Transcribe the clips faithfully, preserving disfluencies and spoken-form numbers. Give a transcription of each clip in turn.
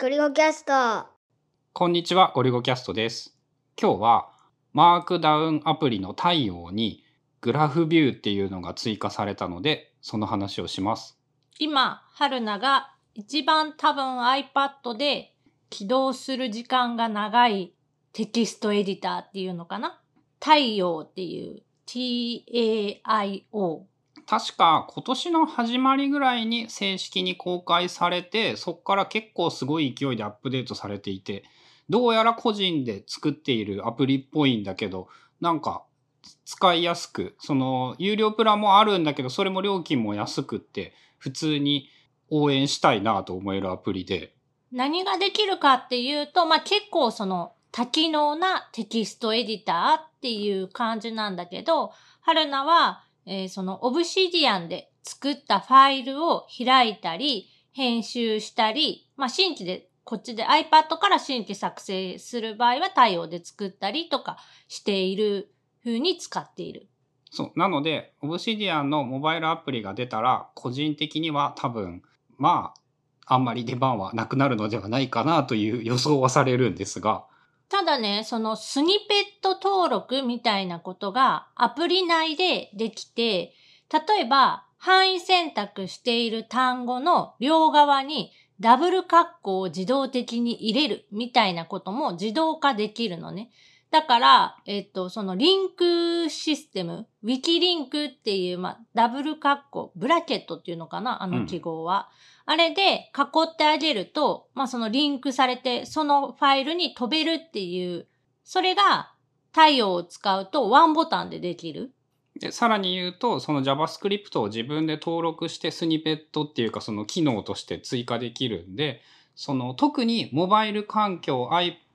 ゴリゴキャスト。 こんにちは、ゴリゴキャストです。今日はマークダウンアプリの対応にグラフビューっていうのが追加されたので、その話をします。 今、春菜が一番多分 iPad で起動する時間が長いテキストエディターっていうのかな？対応っていう ティーエーアイオー。 確か今年の始まりぐらいに正式に公開されて、そこから結構すごい勢いでアップデートされていて、どうやら個人で作っているアプリっぽいんだけど、なんか使いやすく、その有料プランもあるんだけど、それも料金も安くって普通に応援したいなと思えるアプリで。 何ができるかっていうと、まあ、結構その多機能なテキストエディターっていう感じなんだけど、春菜はえー、そのオブシディアンで作ったファイルを開いたり、編集したり、まあ、新規で、こっちで iPad から新規作成する場合は対応で作ったりとかしている風に使っている。 そう。なので、オブシディアンのモバイルアプリが出たら、個人的には多分、まあ、あんまり出番はなくなるのではないかなという予想はされるんですが、 ただね、そのスニペット登録みたいなことがアプリ内でできて、例えば範囲選択している単語の両側にダブル括弧を自動的に入れるみたいなことも自動化できるのね。だから、えっと、そのリンクシステム、ウィキリンクっていう、まあ、ダブル括弧、ブラケットっていうのかな、あの記号は。うん、あれで囲ってあげると、まあ、そのリンクされて、そのファイルに飛べるっていう、それが対応を使うとワンボタンでできる。 で、さらに言うと、その JavaScript を自分で登録してスニペットっていうかその機能として追加できるんで、その特にモバイル環境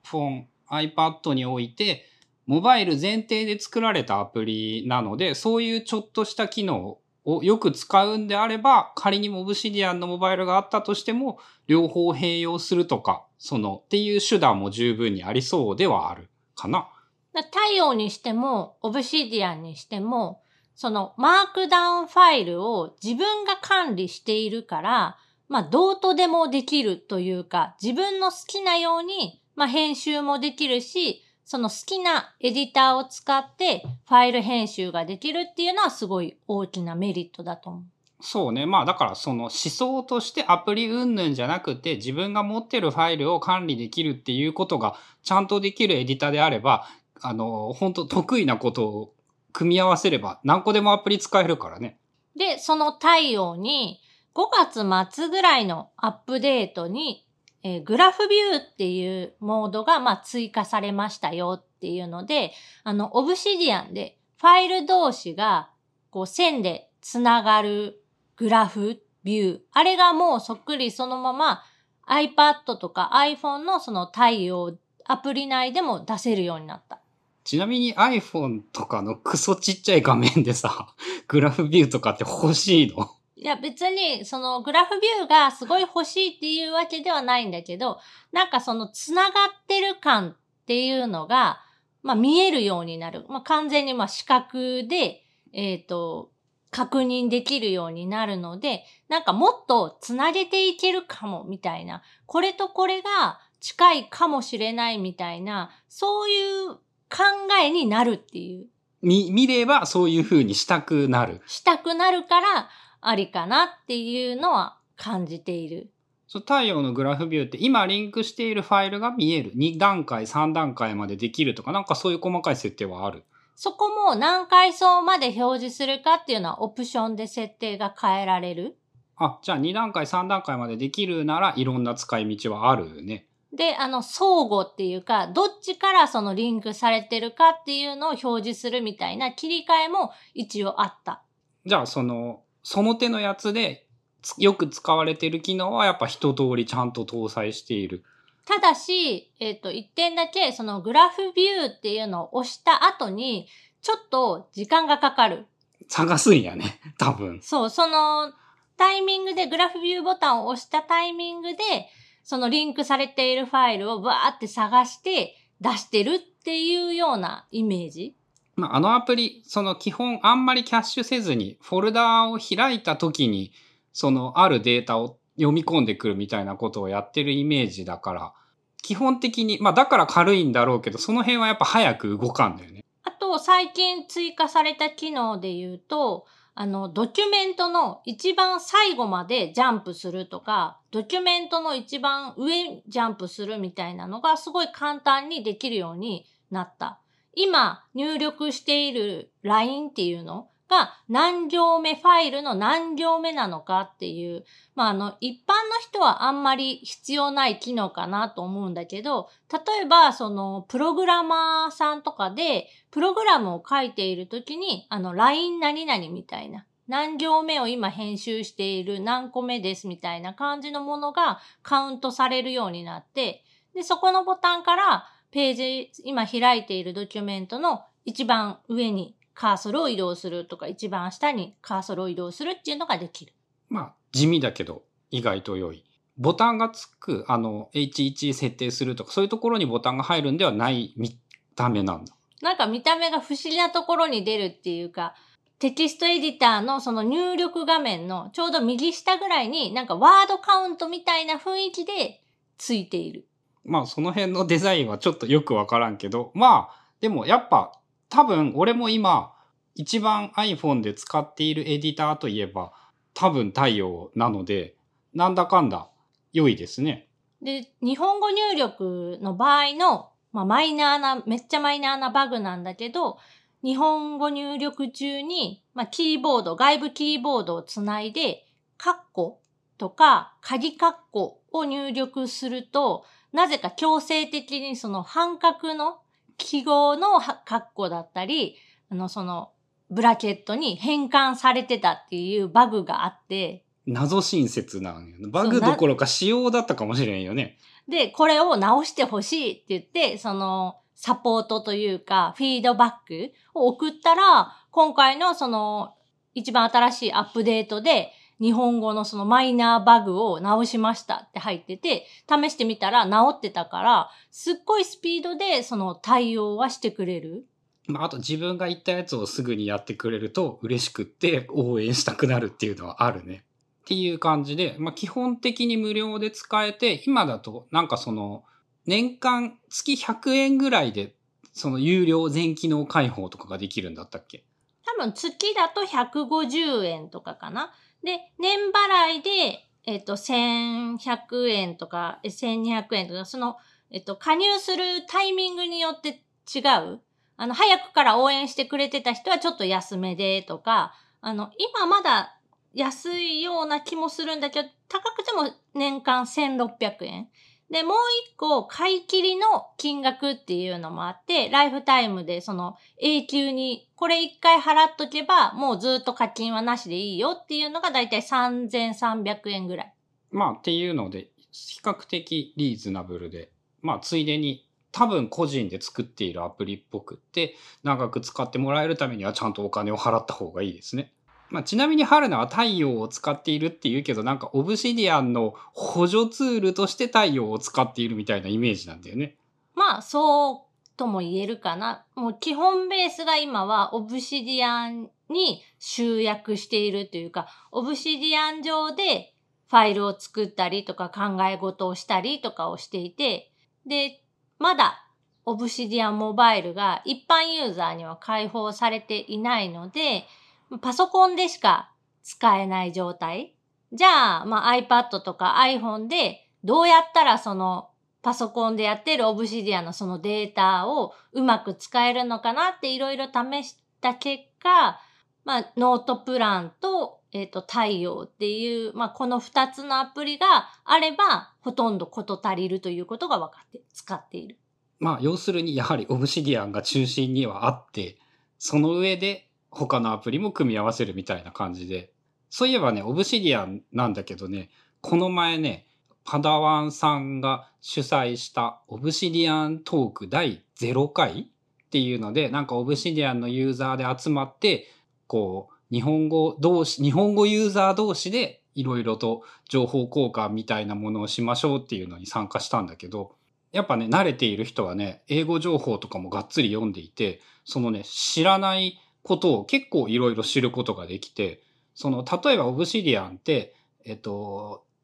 iPhone、iPad において、モバイル前提で作られたアプリなので、そういうちょっとした機能をよく使うんであれば、仮にオブシディアンのモバイルがあったとしても、両方併用するとか、そのっていう手段も十分にありそうではあるかな。 対応にしても、オブシディアンにしても、そのマークダウンファイルを自分が管理しているから、まあ、どうとでもできるというか、自分の好きなように、まあ、編集もできるし、その好きなエディターを使ってファイル編集ができるっていうのはすごい大きなメリットだと思う。 そうね。まあだからその思想としてアプリ云々じゃなくて自分が持ってるファイルを管理できるっていうことがちゃんとできるエディターであれば、あの、本当得意なことを組み合わせれば何個でもアプリ使えるからね。 で、その対応にごがつ末ぐらいのアップデートにえー、グラフビューっていうモードが、まあ、追加されましたよっていうので、あの、オブシディアンでファイル同士が、こう、線でつながるグラフビュー。あれがもうそっくりそのまま iPad とか iPhone のその対応アプリ内でも出せるようになった。 ちなみに iPhone とかのクソちっちゃい画面でさ、グラフビューとかって欲しいの？ いや別にそのグラフビューがすごい欲しいっていうわけではないんだけど、なんかそのつながってる感っていうのが、まあ見えるようになる。まあ完全にまあ視覚で、えっと、確認できるようになるので、なんかもっとつなげていけるかもみたいな、これとこれが近いかもしれないみたいな、そういう考えになるっていう。 見、見ればそういう風にしたくなる。 したくなるから、ありかなっていうのは感じている。 そう、太陽のグラフビューって今リンクしているファイルが見える。に段階、さん段階までできるとか、なんかそういう細かい設定はある。 そこも何階層まで表示するかっていうのはオプションで設定が変えられる。 あ、じゃあに段階、さん段階までできるならいろんな使い道はあるね。 で、あの、相互っていうか、どっちからそのリンクされてるかっていうのを表示するみたいな切り替えも一応あった。 じゃあその、その手のやつでよく使われている機能はやっぱ一通りちゃんと搭載している。 ただし、えっと、一点だけそのグラフビューっていうのを押した後に、ちょっと時間がかかる。 探すんやね、多分。 そう、そのタイミングでグラフビューボタンを押したタイミングで、そのリンクされているファイルをバーって探して出してるっていうようなイメージ。 まあ、あのアプリ、その基本あんまりキャッシュせずに、フォルダーを開いた時に、そのあるデータを読み込んでくるみたいなことをやってるイメージだから、基本的に、まあだから軽いんだろうけど、その辺はやっぱ早く動かんだよね。 あと、最近追加された機能で言うと、あの、ドキュメントの一番最後までジャンプするとか、ドキュメントの一番上ジャンプするみたいなのがすごい簡単にできるようになった。今入力している ライン っていうのが何行目ファイルの何行目なのかっていう、まあ、あの、一般の人はあんまり必要ない機能かなと思うんだけど、例えば、その、プログラマーさんとかで、プログラムを書いているときに、あの、ライン 何々みたいな、何行目を今編集している何個目ですみたいな感じのものがカウントされるようになって、で、そこのボタンからページ、今開いているドキュメントの一番上にカーソルを移動するとか、一番下にカーソルを移動するっていうのができる。 まあ、地味だけど、意外と良い。ボタンがつく、あの、エイチワン 設定するとか、そういうところにボタンが入るんではない見た目なんだ。 なんか見た目が不思議なところに出るっていうか、テキストエディターのその入力画面のちょうど右下ぐらいになんかワードカウントみたいな雰囲気でついている。 まあその辺のデザインはちょっとよくわからんけど、まあでもやっぱ多分俺も今一番 iPhone で使っているエディターといえば多分太陽なので、なんだかんだ良いですね。 で、日本語入力の場合の、まあマイナーな、めっちゃマイナーなバグなんだけど、日本語入力中に、まあ、キーボード、外部キーボードをつないで、カッコとか鍵カッコを入力すると、なぜか強制的にその半角の記号のカッコだったり、あの、その、ブラケットに変換されてたっていうバグがあって、 謎親切なんよね。バグどころか仕様だったかもしれんよね。 で、これを直してほしいって言って、その、サポートというか、フィードバックを送ったら、今回のその、一番新しいアップデートで、日本語のそのマイナーバグを直しましたって入ってて、試してみたら直ってたから、すっごいスピードでその対応はしてくれる。 まあ、あと自分が言ったやつをすぐにやってくれると嬉しくって応援したくなるっていうのはあるね。っていう感じで、まあ基本的に無料で使えて、今だとなんかその、年間月ひゃくえんぐらいで、その有料全機能開放とかができるんだったっけ？ 多分月だとひゃくごじゅうえんとかかな。で、年払いで、えっと、せんひゃくえんとか、せんにひゃくえんとか、その、えっと、加入するタイミングによって違う。あの、早くから応援してくれてた人はちょっと安めでとか、あの、今まだ安いような気もするんだけど、高くても年間せんろっぴゃくえん。で、もう一個、買い切りの金額っていうのもあって、ライフタイムでその永久に、これ一回払っとけば、もうずっと課金はなしでいいよっていうのがだいたいさんぜんさんびゃくえんぐらい。 まあっていうので、比較的リーズナブルで、まあついでに多分個人で作っているアプリっぽくって、長く使ってもらえるためにはちゃんとお金を払った方がいいですね。まあ、ちなみに春菜は太陽を使っているっていうけど、なんかオブシディアンの補助ツールとして太陽を使っているみたいなイメージなんだよね。 まあ、そうとも言えるかな。もう基本ベースが今はオブシディアンに集約しているというか、オブシディアン上でファイルを作ったりとか考え事をしたりとかをしていて、で、まだオブシディアンモバイルが一般ユーザーには開放されていないので、パソコンでしか使えない状態。じゃあ、まあ、iPad とか iPhone でどうやったらそのパソコンでやってるオブシディアのそのデータをうまく使えるのかなっていろいろ試した結果、まあ、ノートプランと、えっと、太陽っていう、まあ、この二つのアプリがあれば、ほとんどこと足りるということが分かって使っている。 まあ、要するにやはりオブシディアンが中心にはあって、その上で他のアプリも組み合わせるみたいな感じで。そういえばね、オブシディアンなんだけどね、この前ね、パダワンさんが主催したオブシディアントークだいゼロかいっていうので、なんかオブシディアンのユーザーで集まって、こう、日本語同士、日本語ユーザー同士でいろいろと情報交換みたいなものをしましょうっていうのに参加したんだけど、やっぱね、慣れている人はね、英語情報とかもがっつり読んでいて、そのね、知らないことを結構いろいろ知ることができて、その、例えばオブシディアンって、えっと、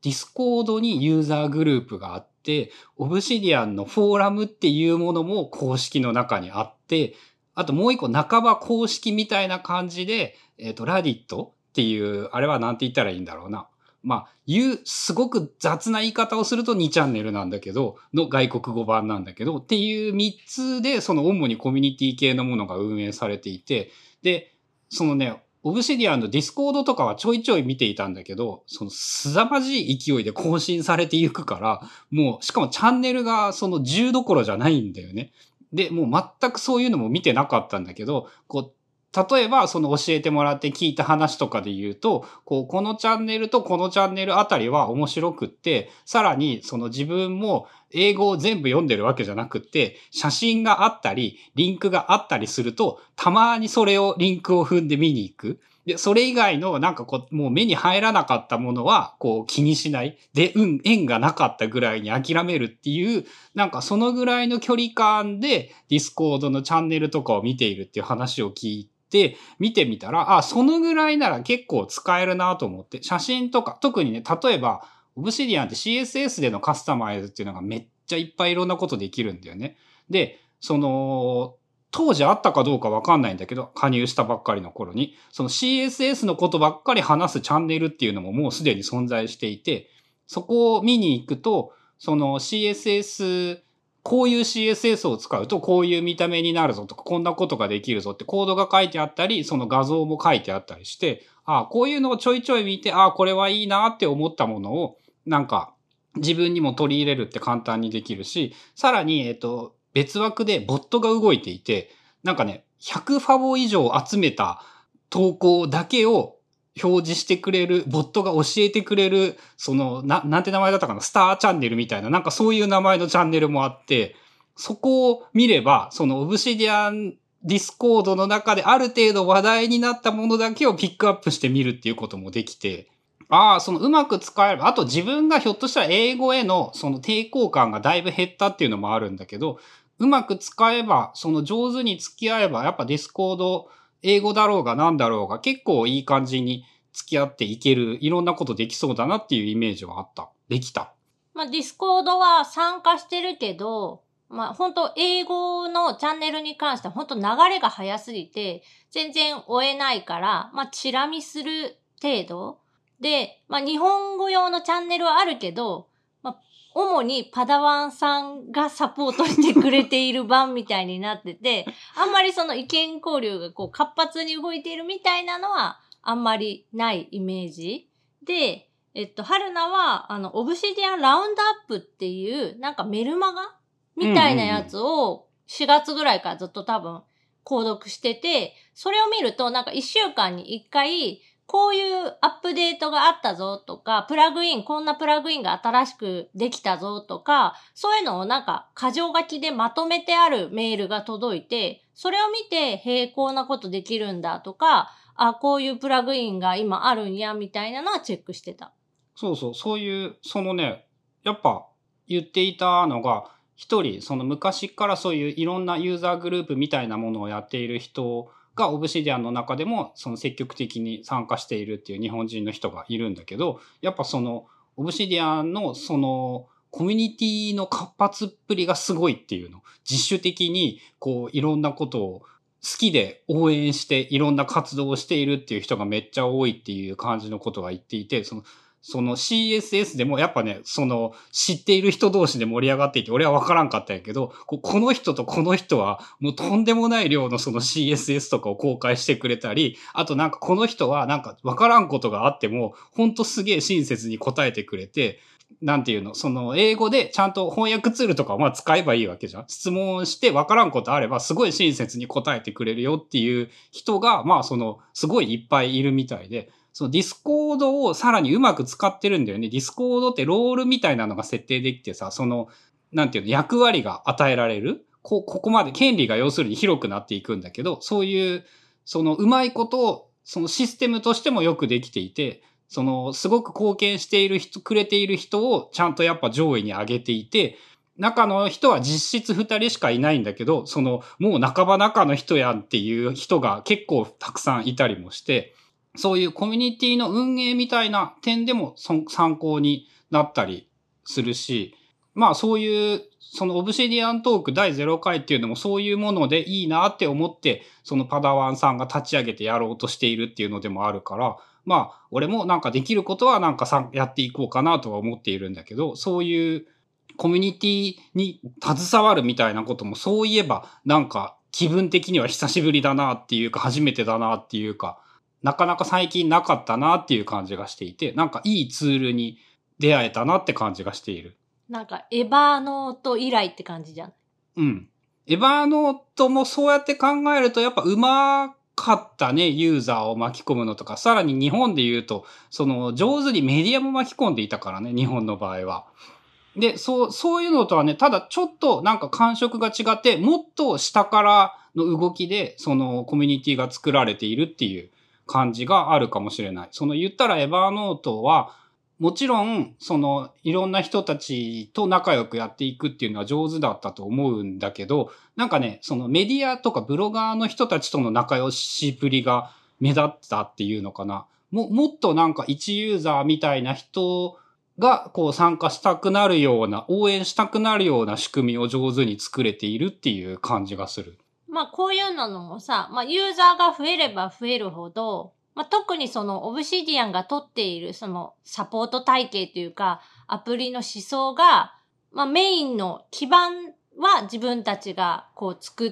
ディスコードにユーザーグループがあって、オブシディアンのフォーラムっていうものも公式の中にあって、あともう一個半ば公式みたいな感じで、えっと、ラディットっていう、あれはなんて言ったらいいんだろうな。まあ、言う、すごく雑な言い方をするとにチャンネルなんだけど、の外国語版なんだけど、っていうみっつで、その主にコミュニティ系のものが運営されていて、で、そのね、オブシディアンのディスコードとかはちょいちょい見ていたんだけど、その凄まじい勢いで更新されていくから、もう、しかもチャンネルがそのじゅうどころじゃないんだよね。で、もう全くそういうのも見てなかったんだけど、こう、例えば、その教えてもらって聞いた話とかで言うと、こう、このチャンネルとこのチャンネルあたりは面白くって、さらに、その自分も英語を全部読んでるわけじゃなくって、写真があったり、リンクがあったりすると、たまにそれを、リンクを踏んで見に行く。で、それ以外の、なんかこう、もう目に入らなかったものは、こう、気にしない。で、うん、縁がなかったぐらいに諦めるっていう、なんかそのぐらいの距離感で、ディスコードのチャンネルとかを見ているっていう話を聞いて、で、見てみたら、あ、そのぐらいなら結構使えるなと思って、写真とか、特にね、例えば、オブシディアンって シーエスエス でのカスタマイズっていうのがめっちゃいっぱいいろんなことできるんだよね。で、その、当時あったかどうかわかんないんだけど、加入したばっかりの頃に、その シーエスエス のことばっかり話すチャンネルっていうのももうすでに存在していて、そこを見に行くと、その シーエスエス、こういう シーエスエス を使うとこういう見た目になるぞとか、こんなことができるぞってコードが書いてあったり、その画像も書いてあったりして、ああ、こういうのをちょいちょい見て、ああ、これはいいなって思ったものを、なんか、自分にも取り入れるって簡単にできるし、さらに、えっと、別枠でボットが動いていて、なんかね、ひゃくファボ以上集めた投稿だけを表示してくれる、ボットが教えてくれる、その、な、なんて名前だったかな、スターチャンネルみたいな、なんかそういう名前のチャンネルもあって、そこを見れば、そのオブシディアンディスコードの中である程度話題になったものだけをピックアップしてみるっていうこともできて、ああ、そのうまく使えれば、あと自分がひょっとしたら英語へのその抵抗感がだいぶ減ったっていうのもあるんだけど、うまく使えば、その上手に付き合えば、やっぱディスコード、英語だろうが何だろうが結構いい感じに付き合っていける、いろんなことできそうだなっていうイメージはあった。できた。 まあ、ディスコードは参加してるけど、まあ、本当英語のチャンネルに関しては本当流れが早すぎて、全然追えないから、まあ、チラ見する程度で、まあ、日本語用のチャンネルはあるけど、まあ、主にパダワンさんがサポートしてくれている版みたいになってて、あんまりその意見交流がこう活発に動いているみたいなのはあんまりないイメージで、えっと、春菜は、あの、オブシディアンラウンドアップっていう、なんかメルマガみたいなやつをしがつぐらいからずっと多分、購読してて、それを見ると、なんかいっしゅうかんにいっかい、こういうアップデートがあったぞとか、プラグイン、こんなプラグインが新しくできたぞとか、そういうのをなんか、箇条書きでまとめてあるメールが届いて、それを見て、へえ、こんなことできるんだとか、あ、こういうプラグインが今あるんや、みたいなのはチェックしてた。 そうそう、そういう、そのね、やっぱ言っていたのが、一人、その昔からそういういろんなユーザーグループみたいなものをやっている人がオブシディアンの中でもその積極的に参加しているっていう日本人の人がいるんだけど、やっぱそのオブシディアンのそのコミュニティの活発っぷりがすごいっていうの。自主的にこういろんなことを好きで応援していろんな活動をしているっていう人がめっちゃ多いっていう感じのことが言っていて、そのその シーエスエス でもやっぱね、その知っている人同士で盛り上がっていて、俺は分からんかったんやけど、この人とこの人はもうとんでもない量のその シーエスエス とかを公開してくれたり、あとなんかこの人はなんか分からんことがあっても、ほんとすげえ親切に答えてくれて、なんていうの、その英語でちゃんと翻訳ツールとかをまあ使えばいいわけじゃん。質問して分からんことあればすごい親切に答えてくれるよっていう人が、まあそのすごいいっぱいいるみたいで、そのディスコードをさらにうまく使ってるんだよね。ディスコードってロールみたいなのが設定できてさ、その、なんていうの、役割が与えられる。こ、ここまで権利が要するに広くなっていくんだけど、そういう、そのうまいことを、そのシステムとしてもよくできていて、その、すごく貢献している人、くれている人をちゃんとやっぱ上位に上げていて、中の人は実質二人しかいないんだけど、その、もう半ば中の人やんっていう人が結構たくさんいたりもして、 そういうコミュニティの運営みたいな点でも参考になったりするし、まあそういう、そのオブシディアントークだいゼロかいっていうのもそういうものでいいなって思って、そのパダワンさんが立ち上げてやろうとしているっていうのでもあるから、まあ俺もなんかできることはなんかさやっていこうかなとは思っているんだけど、そういうコミュニティに携わるみたいなこともそういえばなんか気分的には久しぶりだなっていうか初めてだなっていうか、なかなか最近なかったなっていう感じがしていて、なんかいいツールに出会えたなって感じがしている。 なんかエバーノート以来って感じじゃん。 うん。エバーノートもそうやって考えるとやっぱうまかったね、ユーザーを巻き込むのとか。さらに日本で言うと、その上手にメディアも巻き込んでいたからね、日本の場合は。で、そう、そういうのとはね、ただちょっとなんか感触が違って、もっと下からの動きで、そのコミュニティが作られているっていう感じがあるかもしれない。その言ったらエバーノートは、もちろん、そのいろんな人たちと仲良くやっていくっていうのは上手だったと思うんだけど、なんかね、そのメディアとかブロガーの人たちとの仲良しぶりが目立ったっていうのかな。も、もっとなんか一ユーザーみたいな人がこう参加したくなるような、応援したくなるような仕組みを上手に作れているっていう感じがする。 まあこういうのもさ、まあユーザーが増えれば増えるほど、まあ特にそのオブシディアンが取っているそのサポート体系というかアプリの思想が、まあメインの基盤は自分たちがこう作って、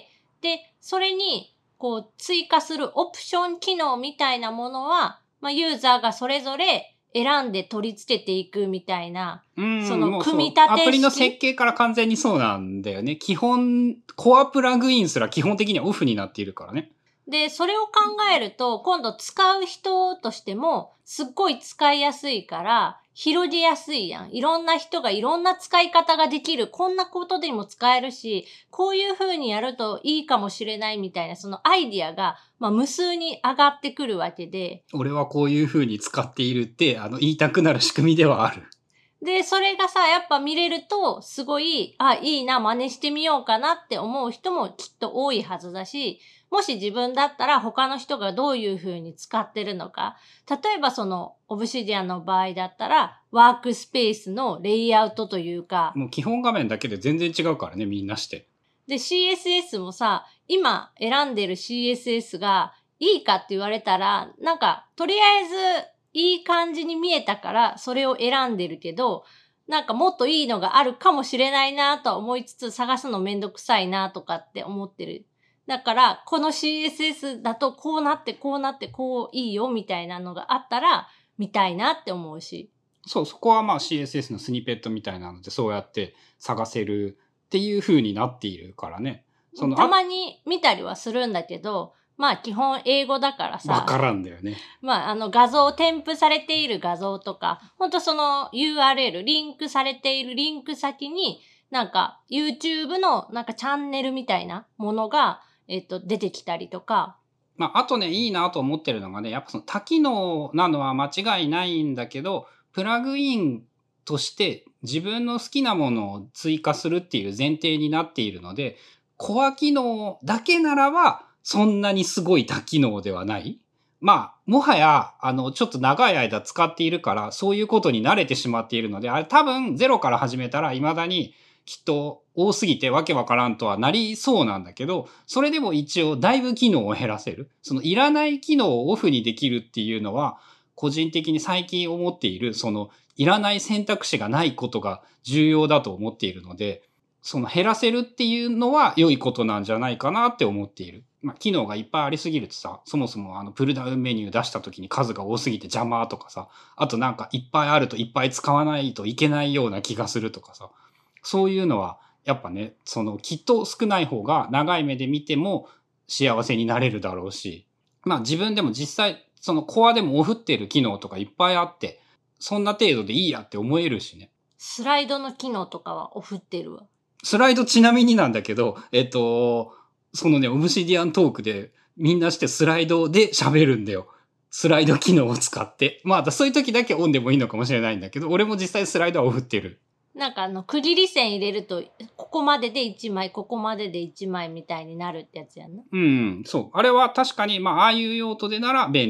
で、それにこう追加するオプション機能みたいなものは、まあユーザーがそれぞれ選んで取り付けていくみたいな、 うん、 その組み立て式。 アプリの設計から完全にそうなんだよね。基本、コアプラグインすら基本的にはオフになっているからね。 で、それを考えると、今度使う人としても、すっごい使いやすいから、広げやすいやん。いろんな人がいろんな使い方ができる。こんなことでも使えるし、こういう風にやるといいかもしれないみたいな、そのアイディアが、まあ、無数に上がってくるわけで。 俺はこういう風に使っているって、あの、言いたくなる仕組みではある。 で、それがさ、やっぱ見れると、すごい、あ、いいな、真似してみようかなって思う人もきっと多いはずだし、もし自分だったら他の人がどういう風に使ってるのか。例えばその、オブシディアンの場合だったら、ワークスペースのレイアウトというか。 もう基本画面だけで全然違うからね、みんなして。 で、シーエスエス もさ、今選んでる シーエスエス がいいかって言われたら、なんか、とりあえずいい感じに見えたから、それを選んでるけど、なんかもっといいのがあるかもしれないなと思いつつ探すのめんどくさいなとかって思ってる。だから、この シーエスエス だとこうなってこうなってこういいよみたいなのがあったら見たいなって思うし。 そう、そこはまあ シーエスエス のスニペットみたいなのでそうやって探せるっていう風になっているからね。 そのたまに見たりはするんだけど、まあ基本英語だからさ。 わからんだよね。 まああの画像、添付されている画像とか、ほんとその ユーアールエル、リンクされているリンク先に、なんか YouTube のなんかチャンネルみたいなものが、えっと、出てきたりとか。 まあ、あとね、いいなと思ってるのがね、やっぱその多機能なのは間違いないんだけど、プラグインとして自分の好きなものを追加するっていう前提になっているので、コア機能だけならば、そんなにすごい多機能ではない。まあ、もはや、あの、ちょっと長い間使っているから、そういうことに慣れてしまっているので、あれ多分ゼロから始めたら未だにきっと多すぎてわけわからんとはなりそうなんだけど、それでも一応だいぶ機能を減らせる。そのいらない機能をオフにできるっていうのは、個人的に最近思っている、そのいらない選択肢がないことが重要だと思っているので、その減らせるっていうのは良いことなんじゃないかなって思っている。まあ、機能がいっぱいありすぎるとさ、そもそもあのプルダウンメニュー出した時に数が多すぎて邪魔とかさ、あとなんかいっぱいあるといっぱい使わないといけないような気がするとかさ、そういうのはやっぱね、そのきっと少ない方が長い目で見ても幸せになれるだろうし、まあ自分でも実際そのコアでもオフってる機能とかいっぱいあって、そんな程度でいいやって思えるしね。 スライドの機能とかはオフってるわ。 スライドちなみになんだけど、えっと、そのね、オブシディアントークでみんなしてスライドで喋るんだよ。スライド機能を使って。まあ、そういう時だけオンでもいいのかもしれないんだけど、俺も実際スライドはオフってる。 なんかあの、区切り線入れると、ここまででいちまい、ここまででいちまいみたいになるってやつやんな。 うん、そう。あれは確かに、まあ、ああいう用途でなら便利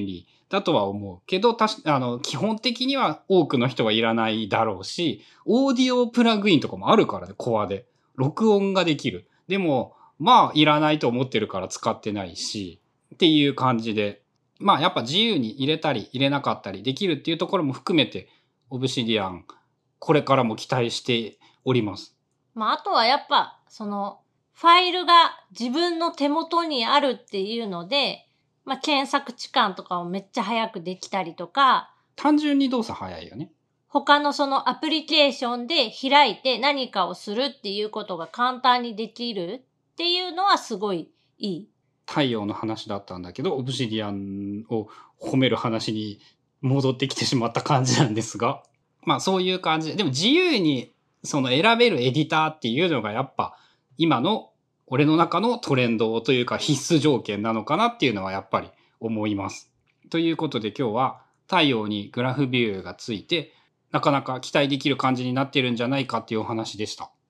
だとは思うけど、たしあの基本的には多くの人はいらないだろうし、オーディオプラグインとかもあるからね、コアで。録音ができる。でも、まあ、いらないと思ってるから使ってないし、っていう感じで、まあ、やっぱ自由に入れたり入れなかったりできるっていうところも含めて、オブシディアン、これからも期待しております。 まあ、あとはやっぱ、その、ファイルが自分の手元にあるっていうので、まあ、検索時間とかもめっちゃ早くできたりとか、 単純に動作早いよね。 他のそのアプリケーションで開いて何かをするっていうことが簡単にできるっていうのはすごいいい。 太陽の話だったんだけど、オブシディアンを褒める話に戻ってきてしまった感じなんですが、まあそういう感じで、でも自由にその選べるエディターっていうのがやっぱ今の俺の中のトレンドというか必須条件なのかなっていうのはやっぱり思います。ということで今日は太陽にグラフビューがついてなかなか期待できる感じになってるんじゃないかっていうお話でした。